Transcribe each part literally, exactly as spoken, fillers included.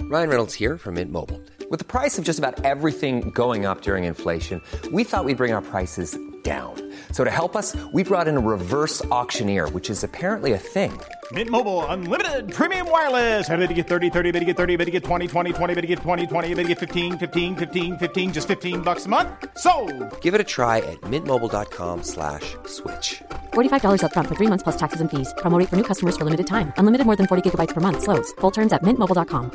Ryan Reynolds here from Mint Mobile. With the price of just about everything going up during inflation, we thought we'd bring our prices down. So to help us, we brought in a reverse auctioneer, which is apparently a thing. Mint Mobile Unlimited Premium Wireless. How to get thirty, thirty, how to get thirty, how to get twenty, twenty, twenty, how to get twenty, twenty, how to get fifteen, fifteen, fifteen, fifteen, just fifteen bucks a month? Sold! Give it a try at mintmobile.com slash switch. forty-five dollars up front for three months plus taxes and fees. Promo rate for new customers for limited time. Unlimited more than forty gigabytes per month. Slows full terms at mint mobile dot com.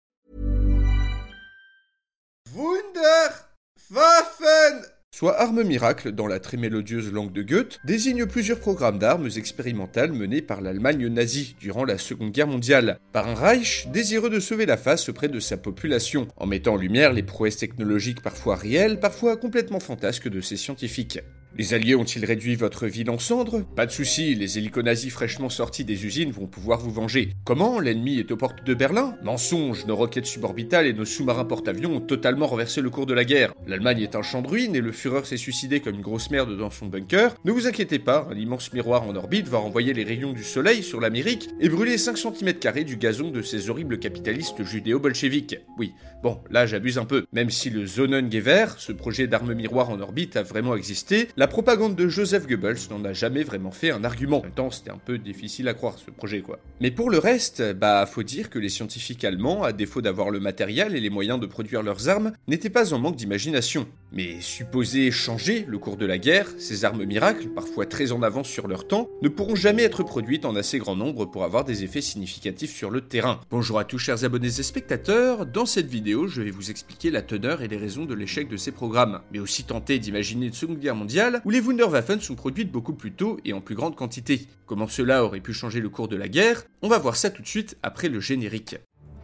Wunderwaffen, soit arme miracle dans la très mélodieuse langue de Goethe, désigne plusieurs programmes d'armes expérimentales menés par l'Allemagne nazie durant la Seconde Guerre mondiale, par un Reich désireux de sauver la face auprès de sa population, en mettant en lumière les prouesses technologiques parfois réelles, parfois complètement fantasques de ses scientifiques. Les Alliés ont-ils réduit votre ville en cendres ? Pas de soucis, les hélicos nazis fraîchement sortis des usines vont pouvoir vous venger. Comment ? L'ennemi est aux portes de Berlin ? Mensonge, nos roquettes suborbitales et nos sous-marins porte-avions ont totalement renversé le cours de la guerre. L'Allemagne est un champ de ruines et le Führer s'est suicidé comme une grosse merde dans son bunker. Ne vous inquiétez pas, un immense miroir en orbite va renvoyer les rayons du soleil sur l'Amérique et brûler cinq centimètres carrés du gazon de ces horribles capitalistes judéo-bolcheviques. Oui, bon, là j'abuse un peu. Même si le Sonnengewehr, ce projet d'arme miroir en orbite, a vraiment existé, la propagande de Joseph Goebbels n'en a jamais vraiment fait un argument. En même temps, c'était un peu difficile à croire ce projet, quoi. Mais pour le reste, bah faut dire que les scientifiques allemands, à défaut d'avoir le matériel et les moyens de produire leurs armes, n'étaient pas en manque d'imagination. Mais supposé changer le cours de la guerre, ces armes miracles, parfois très en avance sur leur temps, ne pourront jamais être produites en assez grand nombre pour avoir des effets significatifs sur le terrain. Bonjour à tous chers abonnés et spectateurs, dans cette vidéo, je vais vous expliquer la teneur et les raisons de l'échec de ces programmes, mais aussi tenter d'imaginer une Seconde Guerre mondiale où les Wunderwaffen sont produites beaucoup plus tôt et en plus grande quantité. Comment cela aurait pu changer le cours de la guerre ? On va voir ça tout de suite après le générique.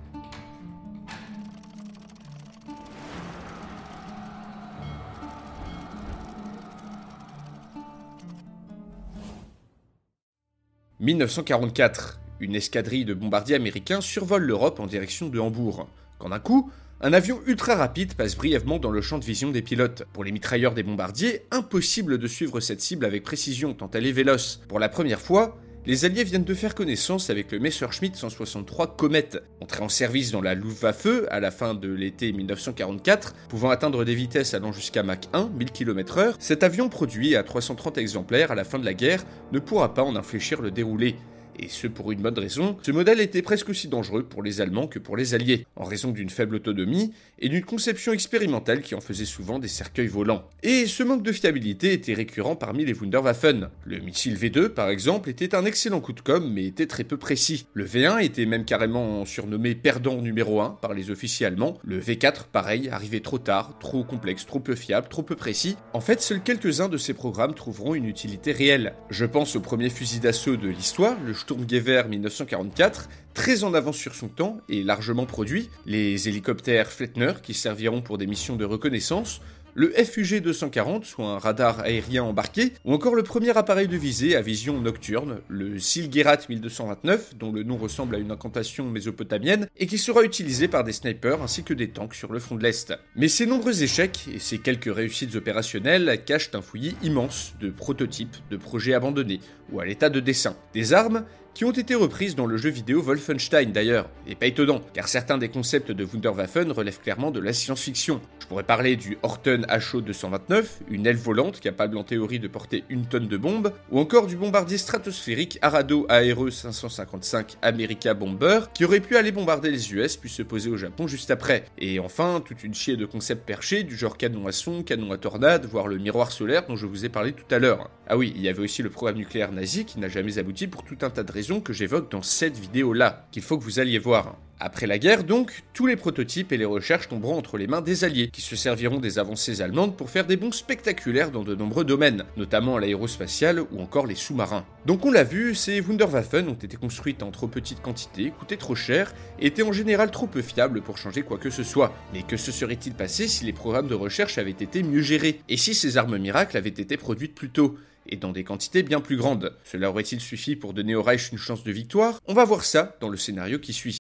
mille neuf cent quarante-quatre. Une escadrille de bombardiers américains survole l'Europe en direction de Hambourg. Quand d'un coup, un avion ultra rapide passe brièvement dans le champ de vision des pilotes. Pour les mitrailleurs des bombardiers, impossible de suivre cette cible avec précision tant elle est véloce. Pour la première fois, les Alliés viennent de faire connaissance avec le Messerschmitt cent soixante-trois Comet. Entré en service dans la Luftwaffe à la fin de l'été mille neuf cent quarante-quatre, pouvant atteindre des vitesses allant jusqu'à Mach un, mille kilomètres heure, cet avion produit à trois cent trente exemplaires à la fin de la guerre ne pourra pas en infléchir le déroulé. Et ce pour une bonne raison, ce modèle était presque aussi dangereux pour les Allemands que pour les Alliés, en raison d'une faible autonomie et d'une conception expérimentale qui en faisait souvent des cercueils volants. Et ce manque de fiabilité était récurrent parmi les Wunderwaffen. Le missile V deux, par exemple, était un excellent coup de com', mais était très peu précis. Le V un était même carrément surnommé perdant numéro un par les officiers allemands. Le V quatre, pareil, arrivait trop tard, trop complexe, trop peu fiable, trop peu précis. En fait, seuls quelques-uns de ces programmes trouveront une utilité réelle. Je pense au premier fusil d'assaut de l'histoire, le Sturmgewehr mille neuf cent quarante-quatre, très en avance sur son temps et largement produit, les hélicoptères Flettner qui serviront pour des missions de reconnaissance, le F U G deux cent quarante, soit un radar aérien embarqué, ou encore le premier appareil de visée à vision nocturne, le Silgerat mille deux cent vingt-neuf, dont le nom ressemble à une incantation mésopotamienne, et qui sera utilisé par des snipers ainsi que des tanks sur le front de l'Est. Mais ces nombreux échecs et ces quelques réussites opérationnelles cachent un fouillis immense de prototypes, de projets abandonnés, ou à l'état de dessin. Des armes qui ont été reprises dans le jeu vidéo Wolfenstein d'ailleurs, et pas étonnant, car certains des concepts de Wunderwaffen relèvent clairement de la science-fiction. Je pourrais parler du Horten H O deux cent vingt-neuf, une aile volante capable en théorie de porter une tonne de bombes, ou encore du bombardier stratosphérique Arado A R E cinq cent cinquante-cinq America Bomber, qui aurait pu aller bombarder les U S puis se poser au Japon juste après. Et enfin, toute une chier de concepts perchés, du genre canon à son, canon à tornade, voire le miroir solaire dont je vous ai parlé tout à l'heure. Ah oui, il y avait aussi le programme nucléaire nazi qui n'a jamais abouti pour tout un tas de raisons que j'évoque dans cette vidéo-là, qu'il faut que vous alliez voir. Après la guerre donc, tous les prototypes et les recherches tomberont entre les mains des Alliés, qui se serviront des avancées allemandes pour faire des bonds spectaculaires dans de nombreux domaines, notamment l'aérospatiale ou encore les sous-marins. Donc on l'a vu, ces Wunderwaffen ont été construites en trop petite quantité, coûtaient trop cher, et étaient en général trop peu fiables pour changer quoi que ce soit. Mais que se serait-il passé si les programmes de recherche avaient été mieux gérés, et si ces armes miracles avaient été produites plus tôt ? Et dans des quantités bien plus grandes. Cela aurait-il suffi pour donner au Reich une chance de victoire ? On va voir ça dans le scénario qui suit.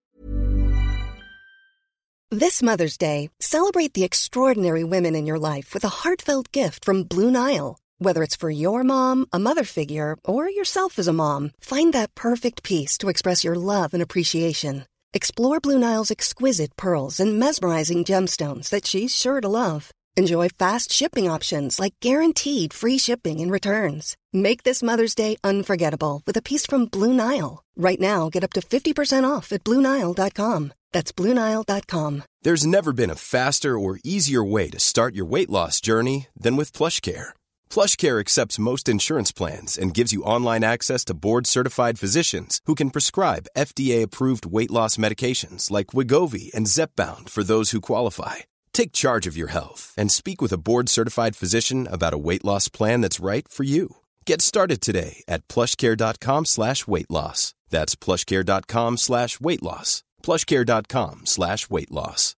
This Mother's Day, celebrate the extraordinary women in your life with a heartfelt gift from Blue Nile. Whether it's for your mom, a mother figure, or yourself as a mom, find that perfect piece to express your love and appreciation. Explore Blue Nile's exquisite pearls and mesmerizing gemstones that she's sure to love. Enjoy fast shipping options like guaranteed free shipping and returns. Make this Mother's Day unforgettable with a piece from Blue Nile. Right now, get up to fifty percent off at Blue Nile dot com. That's Blue Nile dot com. There's never been a faster or easier way to start your weight loss journey than with PlushCare. PlushCare accepts most insurance plans and gives you online access to board-certified physicians who can prescribe F D A-approved weight loss medications like Wegovy and Zepbound for those who qualify. Take charge of your health and speak with a board-certified physician about a weight loss plan that's right for you. Get started today at plushcare.com slash weight loss. That's plushcare.com slash weight loss. plushcare.com slash weight loss.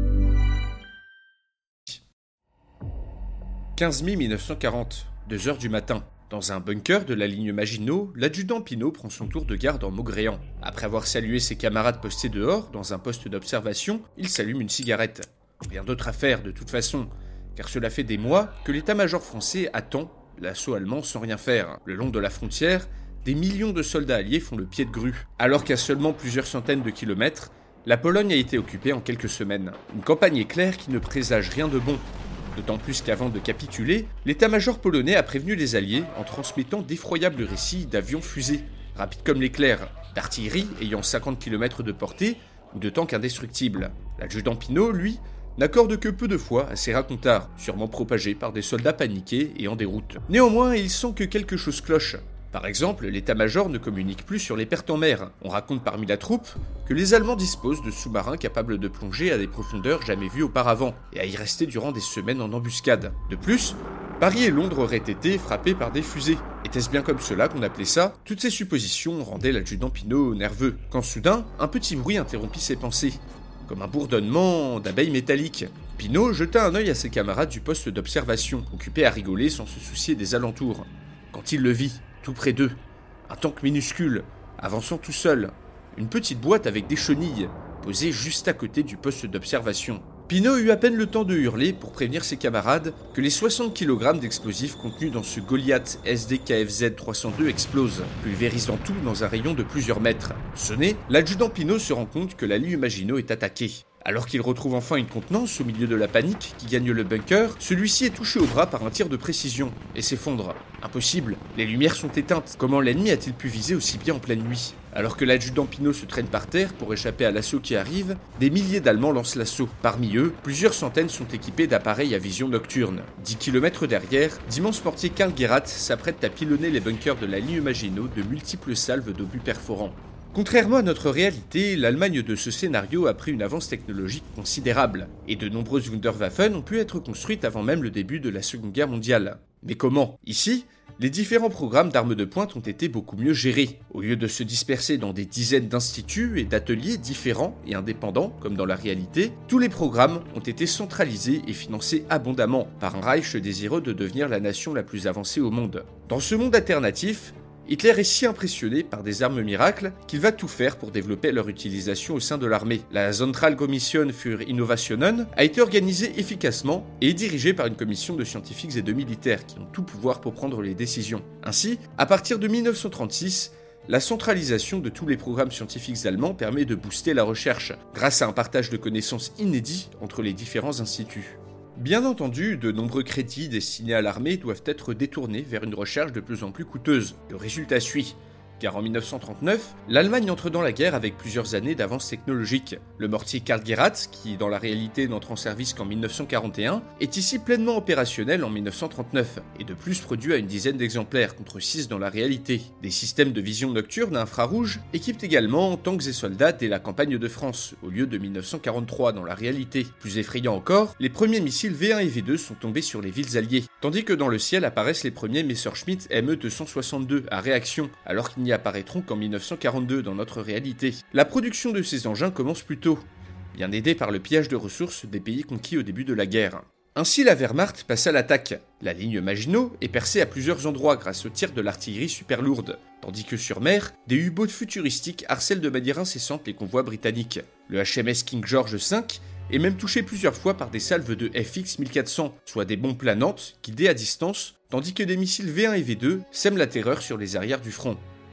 quinze mai mille neuf cent quarante, deux heures du matin. Dans un bunker de la ligne Maginot, l'adjudant Pinault prend son tour de garde en maugréant. Après avoir salué ses camarades postés dehors, dans un poste d'observation, il s'allume une cigarette. Rien d'autre à faire de toute façon, car cela fait des mois que l'état-major français attend l'assaut allemand sans rien faire. Le long de la frontière, des millions de soldats alliés font le pied de grue. Alors qu'à seulement plusieurs centaines de kilomètres, la Pologne a été occupée en quelques semaines. Une campagne éclair qui ne présage rien de bon. D'autant plus qu'avant de capituler, l'état-major polonais a prévenu les alliés en transmettant d'effroyables récits d'avions fusées, rapides comme l'éclair, d'artillerie ayant cinquante kilomètres de portée ou de tanks indestructibles. L'adjudant Pinault, lui, n'accorde que peu de foi à ces racontars, sûrement propagés par des soldats paniqués et en déroute. Néanmoins, il sent que quelque chose cloche. Par exemple, l'état-major ne communique plus sur les pertes en mer. On raconte parmi la troupe que les Allemands disposent de sous-marins capables de plonger à des profondeurs jamais vues auparavant, et à y rester durant des semaines en embuscade. De plus, Paris et Londres auraient été frappés par des fusées. Était-ce bien comme cela qu'on appelait ça? Toutes ces suppositions rendaient l'adjudant Pinault nerveux, quand soudain, un petit bruit interrompit ses pensées. Comme un bourdonnement d'abeilles métalliques. Pinault jeta un œil à ses camarades du poste d'observation, occupés à rigoler sans se soucier des alentours. Quand il le vit, tout près d'eux, un tank minuscule, avançant tout seul, une petite boîte avec des chenilles, posée juste à côté du poste d'observation. Pinault eut à peine le temps de hurler pour prévenir ses camarades que les soixante kilogrammes d'explosifs contenus dans ce Goliath S D K F Z trois cent deux explosent, pulvérisant tout dans un rayon de plusieurs mètres. Sonné, l'adjudant Pinault se rend compte que la ligne Maginot est attaquée. Alors qu'il retrouve enfin une contenance au milieu de la panique qui gagne le bunker, celui-ci est touché au bras par un tir de précision et s'effondre. Impossible, les lumières sont éteintes. Comment l'ennemi a-t-il pu viser aussi bien en pleine nuit? Alors que l'adjudant Pinault se traîne par terre pour échapper à l'assaut qui arrive, des milliers d'Allemands lancent l'assaut. Parmi eux, plusieurs centaines sont équipés d'appareils à vision nocturne. dix kilomètres derrière, d'immenses mortiers Karl Gerhardt s'apprêtent à pilonner les bunkers de la ligne Maginot de multiples salves d'obus perforants. Contrairement à notre réalité, l'Allemagne de ce scénario a pris une avance technologique considérable, et de nombreuses Wunderwaffen ont pu être construites avant même le début de la Seconde Guerre mondiale. Mais comment? Ici, les différents programmes d'armes de pointe ont été beaucoup mieux gérés. Au lieu de se disperser dans des dizaines d'instituts et d'ateliers différents et indépendants, comme dans la réalité, tous les programmes ont été centralisés et financés abondamment par un Reich désireux de devenir la nation la plus avancée au monde. Dans ce monde alternatif, Hitler est si impressionné par des armes miracles qu'il va tout faire pour développer leur utilisation au sein de l'armée. La Zentralkommission für Innovationen a été organisée efficacement et est dirigée par une commission de scientifiques et de militaires qui ont tout pouvoir pour prendre les décisions. Ainsi, à partir de mille neuf cent trente-six, la centralisation de tous les programmes scientifiques allemands permet de booster la recherche, grâce à un partage de connaissances inédit entre les différents instituts. Bien entendu, de nombreux crédits destinés à l'armée doivent être détournés vers une recherche de plus en plus coûteuse. Le résultat suit. Car en mille neuf cent trente-neuf, l'Allemagne entre dans la guerre avec plusieurs années d'avance technologique. Le mortier Karl Gerhardt, qui dans la réalité n'entre en service qu'en mille neuf cent quarante et un, est ici pleinement opérationnel en mille neuf cent trente-neuf, et de plus produit à une dizaine d'exemplaires contre six dans la réalité. Des systèmes de vision nocturne à infrarouge équipent également tanks et soldats dès la campagne de France, au lieu de mille neuf cent quarante-trois dans la réalité. Plus effrayant encore, les premiers missiles V un et V deux sont tombés sur les villes alliées, tandis que dans le ciel apparaissent les premiers Messerschmitt M E deux cent soixante-deux à réaction, alors qu'il n'y apparaîtront qu'en mille neuf cent quarante-deux dans notre réalité. La production de ces engins commence plus tôt, bien aidée par le pillage de ressources des pays conquis au début de la guerre. Ainsi, la Wehrmacht passe à l'attaque. La ligne Maginot est percée à plusieurs endroits grâce au tir de l'artillerie super lourde, tandis que sur mer, des U-boats futuristiques harcèlent de manière incessante les convois britanniques. Le H M S King George cinq est même touché plusieurs fois par des salves de F X mille quatre cents, soit des bombes planantes guidées à distance, tandis que des missiles V un et V deux sèment la terreur sur les arrières du front.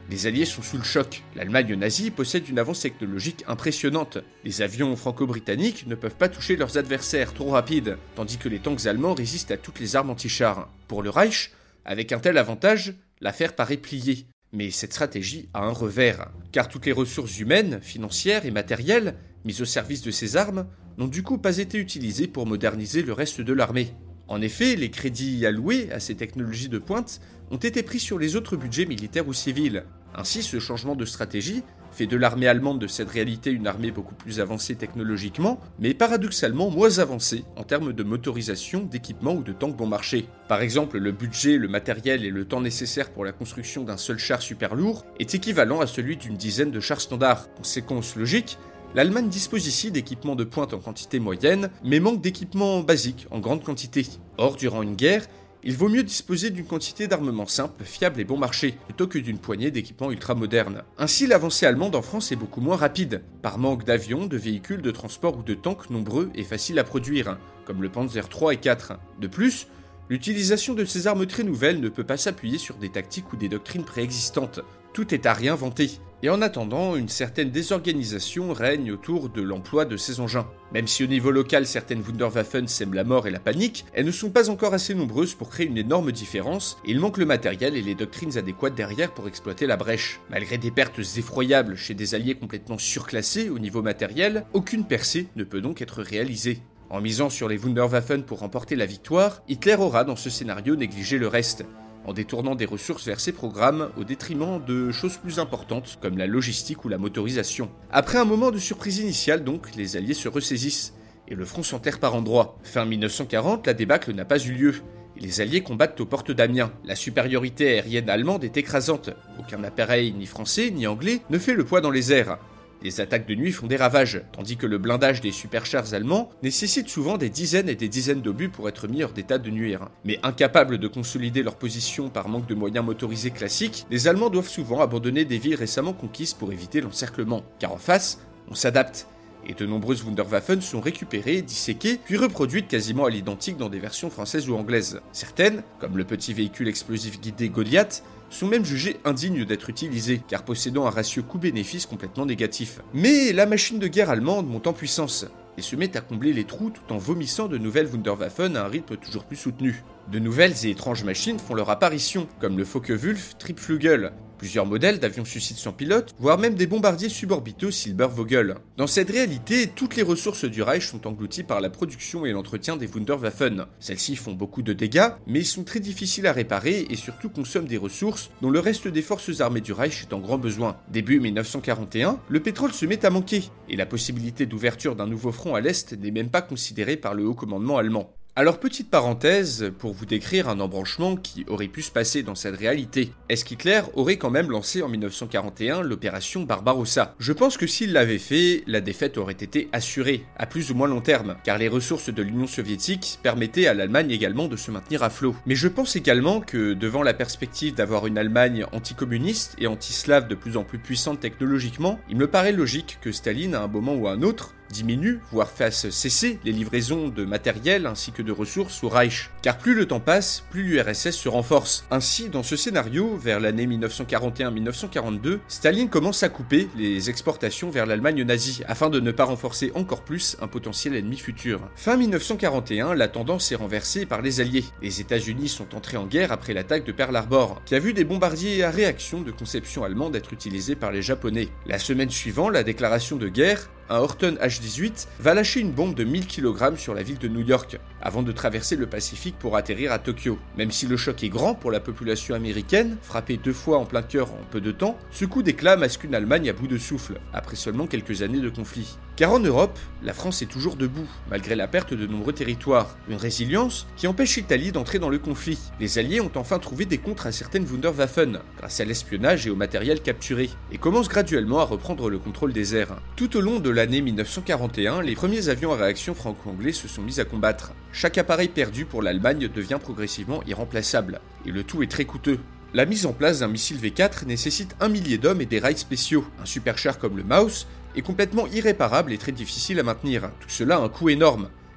Les Alliés sont sous le choc. L'Allemagne nazie possède une avance technologique impressionnante. Les avions franco-britanniques ne peuvent pas toucher leurs adversaires trop rapides, tandis que les tanks allemands résistent à toutes les armes anti-chars. Pour le Reich, avec un tel avantage, l'affaire paraît pliée. Mais cette stratégie a un revers, car toutes les ressources humaines, financières et matérielles mises au service de ces armes n'ont du coup pas été utilisées pour moderniser le reste de l'armée. En effet, les crédits alloués à ces technologies de pointe ont été pris sur les autres budgets militaires ou civils. Ainsi, ce changement de stratégie fait de l'armée allemande de cette réalité une armée beaucoup plus avancée technologiquement, mais paradoxalement moins avancée en termes de motorisation, d'équipement ou de tanks bon marché. Par exemple, le budget, le matériel et le temps nécessaire pour la construction d'un seul char super lourd est équivalent à celui d'une dizaine de chars standards. Conséquence logique, l'Allemagne dispose ici d'équipements de pointe en quantité moyenne, mais manque d'équipements basiques en grande quantité. Or, durant une guerre, il vaut mieux disposer d'une quantité d'armement simple, fiable et bon marché, plutôt que d'une poignée d'équipements ultra-modernes. Ainsi, l'avancée allemande en France est beaucoup moins rapide, par manque d'avions, de véhicules, de transport ou de tanks nombreux et faciles à produire, comme le Panzer trois et quatre. De plus, l'utilisation de ces armes très nouvelles ne peut pas s'appuyer sur des tactiques ou des doctrines préexistantes. Tout est à réinventer. Et en attendant, une certaine désorganisation règne autour de l'emploi de ces engins. Même si au niveau local certaines Wunderwaffen sèment la mort et la panique, elles ne sont pas encore assez nombreuses pour créer une énorme différence, et il manque le matériel et les doctrines adéquates derrière pour exploiter la brèche. Malgré des pertes effroyables chez des alliés complètement surclassés au niveau matériel, aucune percée ne peut donc être réalisée. En misant sur les Wunderwaffen pour remporter la victoire, Hitler aura dans ce scénario négligé le reste, en détournant des ressources vers ses programmes au détriment de choses plus importantes comme la logistique ou la motorisation. Après un moment de surprise initiale donc, les Alliés se ressaisissent et le front s'enterre par endroits. Fin mille neuf cent quarante, la débâcle n'a pas eu lieu et les Alliés combattent aux portes d'Amiens. La supériorité aérienne allemande est écrasante. Aucun appareil ni français ni anglais ne fait le poids dans les airs. Les attaques de nuit font des ravages, tandis que le blindage des superchars allemands nécessite souvent des dizaines et des dizaines d'obus pour être mis hors d'état de nuire. Mais incapables de consolider leur position par manque de moyens motorisés classiques, les Allemands doivent souvent abandonner des villes récemment conquises pour éviter l'encerclement. Car en face, on s'adapte. Et de nombreuses Wunderwaffen sont récupérées, disséquées, puis reproduites quasiment à l'identique dans des versions françaises ou anglaises. Certaines, comme le petit véhicule explosif guidé Goliath, sont même jugées indignes d'être utilisées, car possédant un ratio coût-bénéfice complètement négatif. Mais la machine de guerre allemande monte en puissance, et se met à combler les trous tout en vomissant de nouvelles Wunderwaffen à un rythme toujours plus soutenu. De nouvelles et étranges machines font leur apparition, comme le Focke-Wulf Triebflügel, plusieurs modèles d'avions suicides sans pilote, voire même des bombardiers suborbitaux Silbervogel. Dans cette réalité, toutes les ressources du Reich sont englouties par la production et l'entretien des Wunderwaffen. Celles-ci font beaucoup de dégâts, mais sont très difficiles à réparer et surtout consomment des ressources dont le reste des forces armées du Reich est en grand besoin. Début mille neuf cent quarante et un, le pétrole se met à manquer, et la possibilité d'ouverture d'un nouveau front à l'Est n'est même pas considérée par le haut commandement allemand. Alors petite parenthèse pour vous décrire un embranchement qui aurait pu se passer dans cette réalité. Est-ce qu'Hitler aurait quand même lancé en mille neuf cent quarante et un l'opération Barbarossa ? Je pense que s'il l'avait fait, la défaite aurait été assurée, à plus ou moins long terme, car les ressources de l'Union soviétique permettaient à l'Allemagne également de se maintenir à flot. Mais je pense également que devant la perspective d'avoir une Allemagne anticommuniste et anti-slave de plus en plus puissante technologiquement, il me paraît logique que Staline à un moment ou à un autre diminue, voire fasse cesser les livraisons de matériel ainsi que de ressources au Reich. Car plus le temps passe, plus l'U R S S se renforce. Ainsi, dans ce scénario, vers l'année mille neuf cent quarante et un mille neuf cent quarante-deux, Staline commence à couper les exportations vers l'Allemagne nazie, afin de ne pas renforcer encore plus un potentiel ennemi futur. Fin mille neuf cent quarante et un, la tendance est renversée par les Alliés. Les États-Unis sont entrés en guerre après l'attaque de Pearl Harbor, qui a vu des bombardiers à réaction de conception allemande être utilisés par les Japonais. La semaine suivant la déclaration de guerre, un Horton H dix-huit va lâcher une bombe de mille kilogrammes sur la ville de New York, avant de traverser le Pacifique pour atterrir à Tokyo. Même si le choc est grand pour la population américaine, frappée deux fois en plein cœur en peu de temps, ce coup d'éclat masque une Allemagne à bout de souffle, après seulement quelques années de conflit. Car en Europe, la France est toujours debout, malgré la perte de nombreux territoires. Une résilience qui empêche l'Italie d'entrer dans le conflit. Les Alliés ont enfin trouvé des contres à certaines Wunderwaffen, grâce à l'espionnage et au matériel capturé, et commencent graduellement à reprendre le contrôle des airs. Tout au long de l'année mille neuf cent quarante et un, les premiers avions à réaction franco-anglais se sont mis à combattre. Chaque appareil perdu pour l'Allemagne devient progressivement irremplaçable, et le tout est très coûteux. La mise en place d'un missile V quatre nécessite un millier d'hommes et des rails spéciaux. Un superchar comme le Maus est complètement irréparable et très difficile à maintenir. Tout cela a un coût énorme,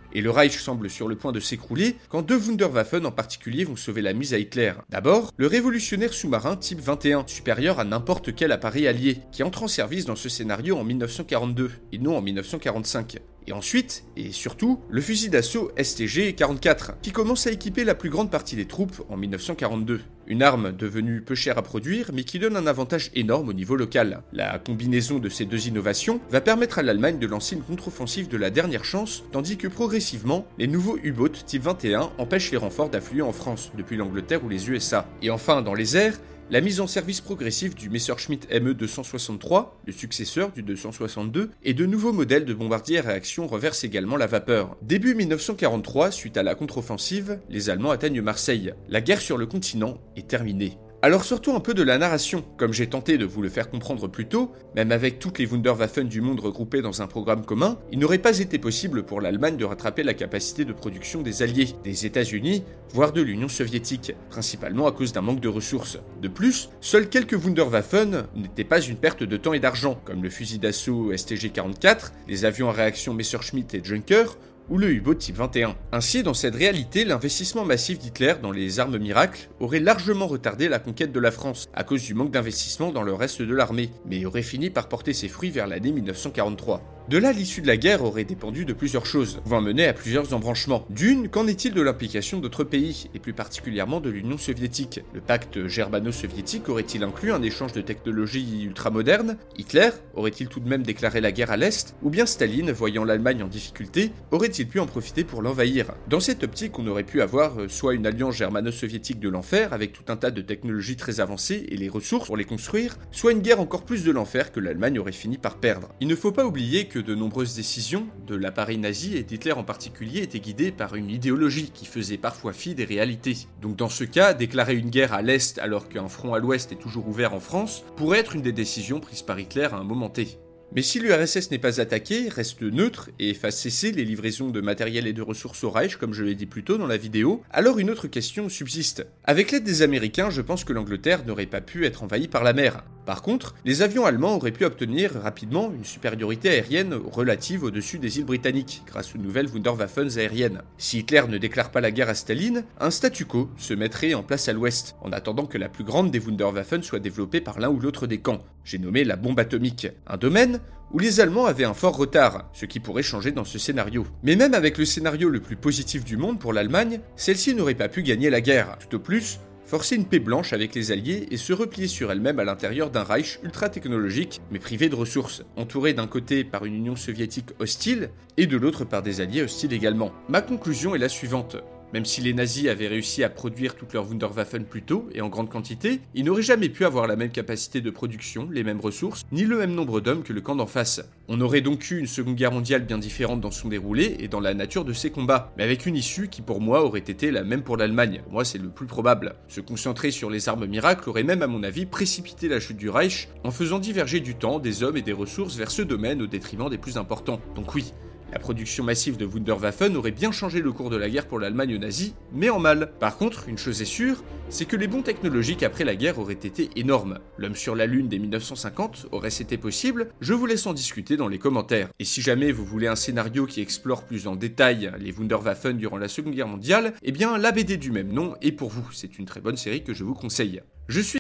Et le Reich semble sur le point de s'écrouler quand deux Wunderwaffen en particulier vont sauver la mise à Hitler. D'abord, le révolutionnaire sous-marin type vingt et un, supérieur à n'importe quel appareil allié, qui entre en service dans ce scénario en mille neuf cent quarante-deux, et non en mille neuf cent quarante-cinq. Et ensuite, et surtout, le fusil d'assaut S T G quarante-quatre, qui commence à équiper la plus grande partie des troupes en mille neuf cent quarante-deux. Une arme devenue peu chère à produire, mais qui donne un avantage énorme au niveau local. La combinaison de ces deux innovations va permettre à l'Allemagne de lancer une contre-offensive de la dernière chance, tandis que progressivement, les nouveaux U-boats type vingt et un empêchent les renforts d'affluer en France, depuis l'Angleterre ou les U S A. Et enfin, dans les airs, la mise en service progressive du Messerschmitt M E deux cent soixante-trois, le successeur du deux cent soixante-deux, et de nouveaux modèles de bombardiers à réaction reversent également la vapeur. Début mille neuf cent quarante-trois, suite à la contre-offensive, les Allemands atteignent Marseille. La guerre sur le continent est terminée. Alors sortons un peu de la narration. Comme j'ai tenté de vous le faire comprendre plus tôt, même avec toutes les Wunderwaffen du monde regroupées dans un programme commun, il n'aurait pas été possible pour l'Allemagne de rattraper la capacité de production des Alliés, des États-Unis, voire de l'Union soviétique, principalement à cause d'un manque de ressources. De plus, seuls quelques Wunderwaffen n'étaient pas une perte de temps et d'argent, comme le fusil d'assaut S T G quarante-quatre, les avions à réaction Messerschmitt et Junker, ou le U-boat type vingt et un. Ainsi, dans cette réalité, l'investissement massif d'Hitler dans les armes miracles aurait largement retardé la conquête de la France, à cause du manque d'investissement dans le reste de l'armée, mais aurait fini par porter ses fruits vers l'année mille neuf cent quarante-trois. De là, l'issue de la guerre aurait dépendu de plusieurs choses, pouvant mener à plusieurs embranchements. D'une, qu'en est-il de l'implication d'autres pays, et plus particulièrement de l'Union soviétique? Le pacte germano-soviétique aurait-il inclus un échange de technologies ultramodernes? Hitler aurait-il tout de même déclaré la guerre à l'Est? Ou bien Staline, voyant l'Allemagne en difficulté, aurait-il pu en profiter pour l'envahir? Dans cette optique, on aurait pu avoir soit une alliance germano-soviétique de l'enfer, avec tout un tas de technologies très avancées et les ressources pour les construire, soit une guerre encore plus de l'enfer que l'Allemagne aurait fini par perdre. Il ne faut pas oublier que de nombreuses décisions, de l'appareil nazi et d'Hitler en particulier, étaient guidées par une idéologie qui faisait parfois fi des réalités. Donc dans ce cas, déclarer une guerre à l'Est alors qu'un front à l'Ouest est toujours ouvert en France, pourrait être une des décisions prises par Hitler à un moment T. Mais si l'U R S S n'est pas attaqué, reste neutre et fasse cesser les livraisons de matériel et de ressources au Reich, comme je l'ai dit plus tôt dans la vidéo, alors une autre question subsiste. Avec l'aide des Américains, je pense que l'Angleterre n'aurait pas pu être envahie par la mer. Par contre, les avions allemands auraient pu obtenir rapidement une supériorité aérienne relative au-dessus des îles britanniques, grâce aux nouvelles Wunderwaffen aériennes. Si Hitler ne déclare pas la guerre à Staline, un statu quo se mettrait en place à l'ouest, en attendant que la plus grande des Wunderwaffen soit développée par l'un ou l'autre des camps. J'ai nommé la bombe atomique, un domaine où les Allemands avaient un fort retard, ce qui pourrait changer dans ce scénario. Mais même avec le scénario le plus positif du monde pour l'Allemagne, celle-ci n'aurait pas pu gagner la guerre. Tout au plus, forcer une paix blanche avec les Alliés et se replier sur elle-même à l'intérieur d'un Reich ultra-technologique, mais privé de ressources, entouré d'un côté par une Union soviétique hostile, et de l'autre par des Alliés hostiles également. Ma conclusion est la suivante. Même si les nazis avaient réussi à produire toutes leurs Wunderwaffen plus tôt et en grande quantité, ils n'auraient jamais pu avoir la même capacité de production, les mêmes ressources, ni le même nombre d'hommes que le camp d'en face. On aurait donc eu une seconde guerre mondiale bien différente dans son déroulé et dans la nature de ses combats, mais avec une issue qui pour moi aurait été la même pour l'Allemagne. Moi c'est le plus probable. Se concentrer sur les armes miracles aurait même à mon avis précipité la chute du Reich en faisant diverger du temps, des hommes et des ressources vers ce domaine au détriment des plus importants. Donc oui, la production massive de Wunderwaffen aurait bien changé le cours de la guerre pour l'Allemagne nazie, mais en mal. Par contre, une chose est sûre, c'est que les bons technologiques après la guerre auraient été énormes. L'homme sur la Lune des mille neuf cent cinquante aurait-ce été possible? Je vous laisse en discuter dans les commentaires. Et si jamais vous voulez un scénario qui explore plus en détail les Wunderwaffen durant la Seconde Guerre mondiale, eh bien la B D du même nom est pour vous. C'est une très bonne série que je vous conseille. Je suis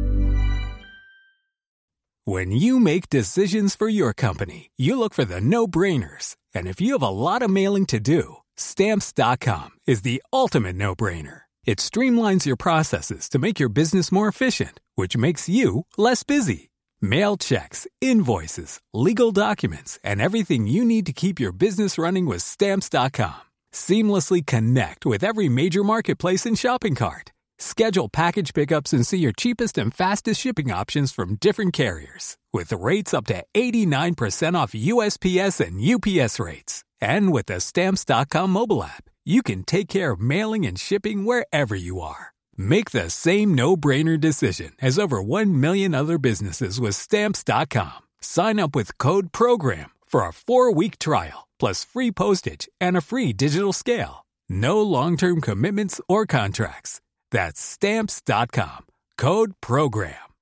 When you make decisions for your company, you look for the no-brainers. And if you have a lot of mailing to do, Stamps dot com is the ultimate no-brainer. It streamlines your processes to make your business more efficient, which makes you less busy. Mail checks, invoices, legal documents, and everything you need to keep your business running with Stamps dot com. Seamlessly connect with every major marketplace and shopping cart. Schedule package pickups and see your cheapest and fastest shipping options from different carriers. With rates up to eighty-nine percent off U S P S and U P S rates. And with the Stamps dot com mobile app, you can take care of mailing and shipping wherever you are. Make the same no-brainer decision as over one million other businesses with Stamps dot com. Sign up with code PROGRAM for a four-week trial, plus free postage and a free digital scale. No long-term commitments or contracts. That's Stamps dot com. Code PROGRAM.